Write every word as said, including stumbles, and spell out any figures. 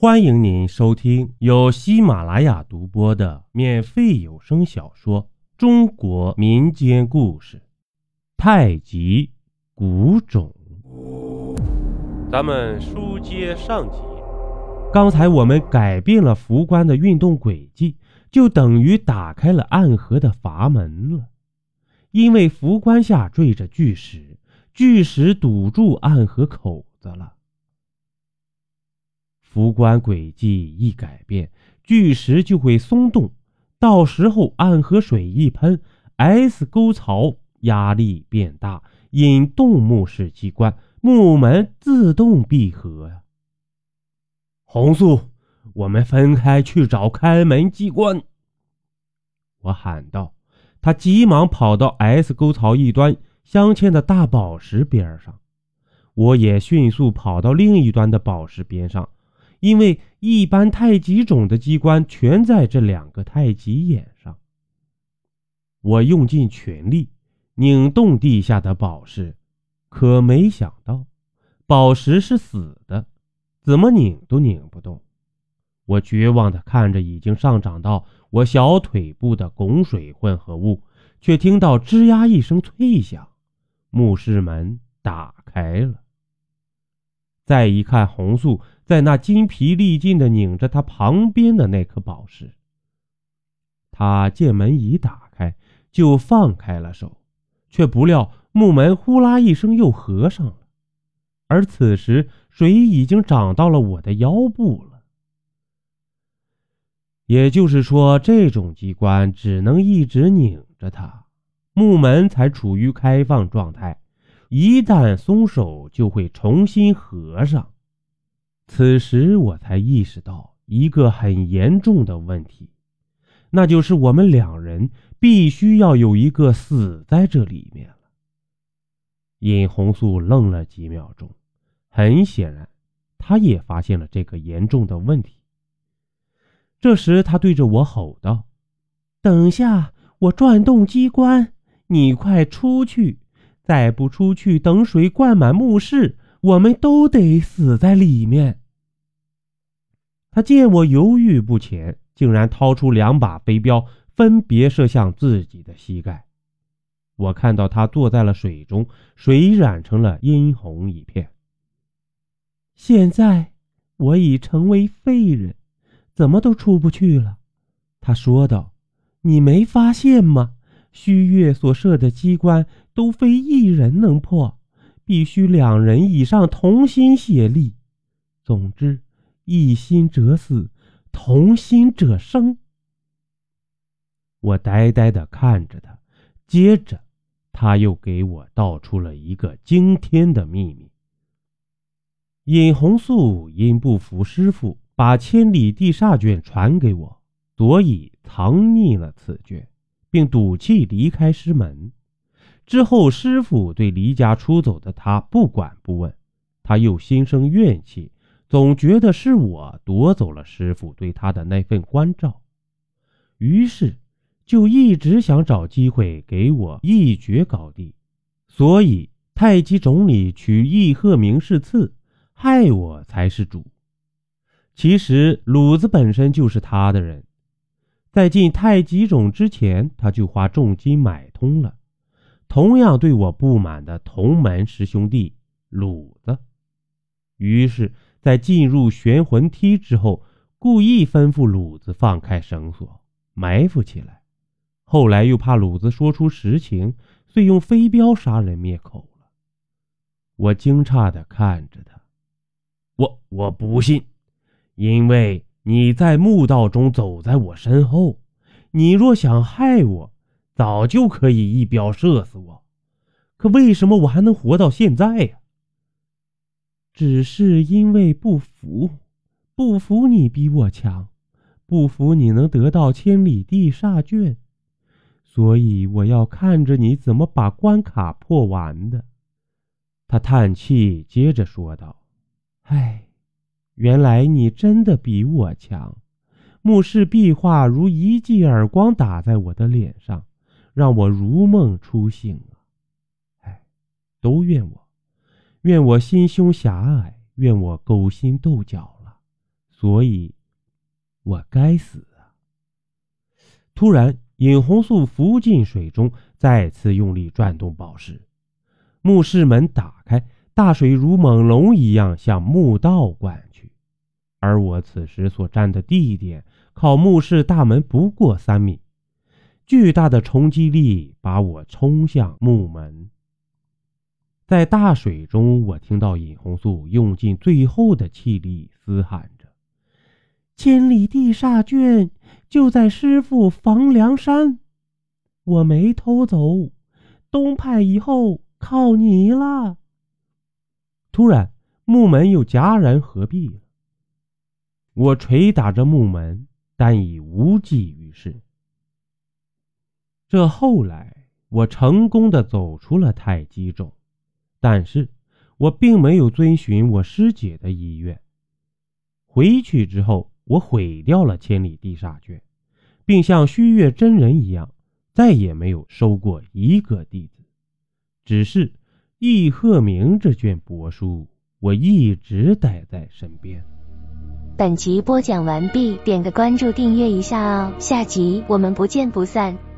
欢迎您收听由喜马拉雅独播的免费有声小说《中国民间故事》《太极古冢》。咱们书接上集，刚才我们改变了符官的运动轨迹，就等于打开了暗河的阀门了。因为符官下坠着巨石，巨石堵住暗河口子了。符官轨迹一改变，巨石就会松动，到时候暗河水一喷， S 沟槽压力变大，引动木式机关，木门自动闭合呀。红素，我们分开去找开门机关。我喊道，他急忙跑到 S 沟槽一端镶嵌的大宝石边上，我也迅速跑到另一端的宝石边上。因为一般太极冢的机关全在这两个太极眼上。我用尽全力拧动地下的宝石，可没想到宝石是死的，怎么拧都拧不动。我绝望地看着已经上涨到我小腿部的汞水混合物，却听到吱呀一声脆响，木室门打开了。再一看红素在那筋疲力尽地拧着他旁边的那颗宝石，他见门已打开，就放开了手，却不料木门呼啦一声又合上了，而此时水已经涨到了我的腰部了。也就是说，这种机关只能一直拧着它，木门才处于开放状态，一旦松手就会重新合上。此时我才意识到一个很严重的问题，那就是我们两人必须要有一个死在这里面了。尹红素愣了几秒钟，很显然他也发现了这个严重的问题。这时他对着我吼道，等下我转动机关，你快出去，再不出去，等水灌满墓室，我们都得死在里面。他见我犹豫不前，竟然掏出两把飞镖，分别射向自己的膝盖。我看到他坐在了水中，水染成了殷红一片。现在我已成为废人，怎么都出不去了。他说道，你没发现吗？虚月所设的机关都非一人能破，必须两人以上同心协力。总之，一心者死，同心者生。我呆呆地看着他，接着他又给我道出了一个惊天的秘密。尹红素因不服师父把千里地煞卷传给我，所以藏匿了此卷，并赌气离开师门。之后师父对离家出走的他不管不问，他又心生怨气，总觉得是我夺走了师父对他的那份关照，于是就一直想找机会给我一决高低，所以太极冢里取义鹤名是次，害我才是主。其实鲁子本身就是他的人，在进太极冢之前，他就花重金买通了同样对我不满的同门师兄弟鲁子。于是在进入玄魂梯之后，故意吩咐鲁子放开绳索，埋伏起来。后来又怕鲁子说出实情，遂用飞镖杀人灭口了。我惊诧地看着他，我我不信，因为你在墓道中走在我身后，你若想害我，早就可以一镖射死我，可为什么我还能活到现在呀？只是因为不服，不服你比我强，不服你能得到千里地煞卷，所以我要看着你怎么把关卡破完的。他叹气，接着说道，唉，原来你真的比我强。墓室壁画如一记耳光打在我的脸上，让我如梦初醒啊！唉，都怨我，怨我心胸狭隘，怨我勾心斗角了， 所以我该死啊！突然，尹红素浮进水中，再次用力转动宝石，墓室门打开，大水如猛龙一样向墓道灌去。而我此时所站的地点靠墓室大门不过三米，巨大的冲击力把我冲向墓门。在大水中，我听到尹红素用尽最后的气力嘶喊着：千里地煞卷就在师父房梁山，我没偷走，东派以后靠你了。突然，木门又戛然合闭了。我捶打着木门，但已无济于事。这后来，我成功地走出了太极冢，但是我并没有遵循我师姐的意愿。回去之后，我毁掉了千里地煞卷，并像虚月真人一样，再也没有收过一个弟子。只是易鹤鸣这卷帛书，我一直带在身边。 本集播讲完毕，点个关注订阅一下哦，下集我们不见不散。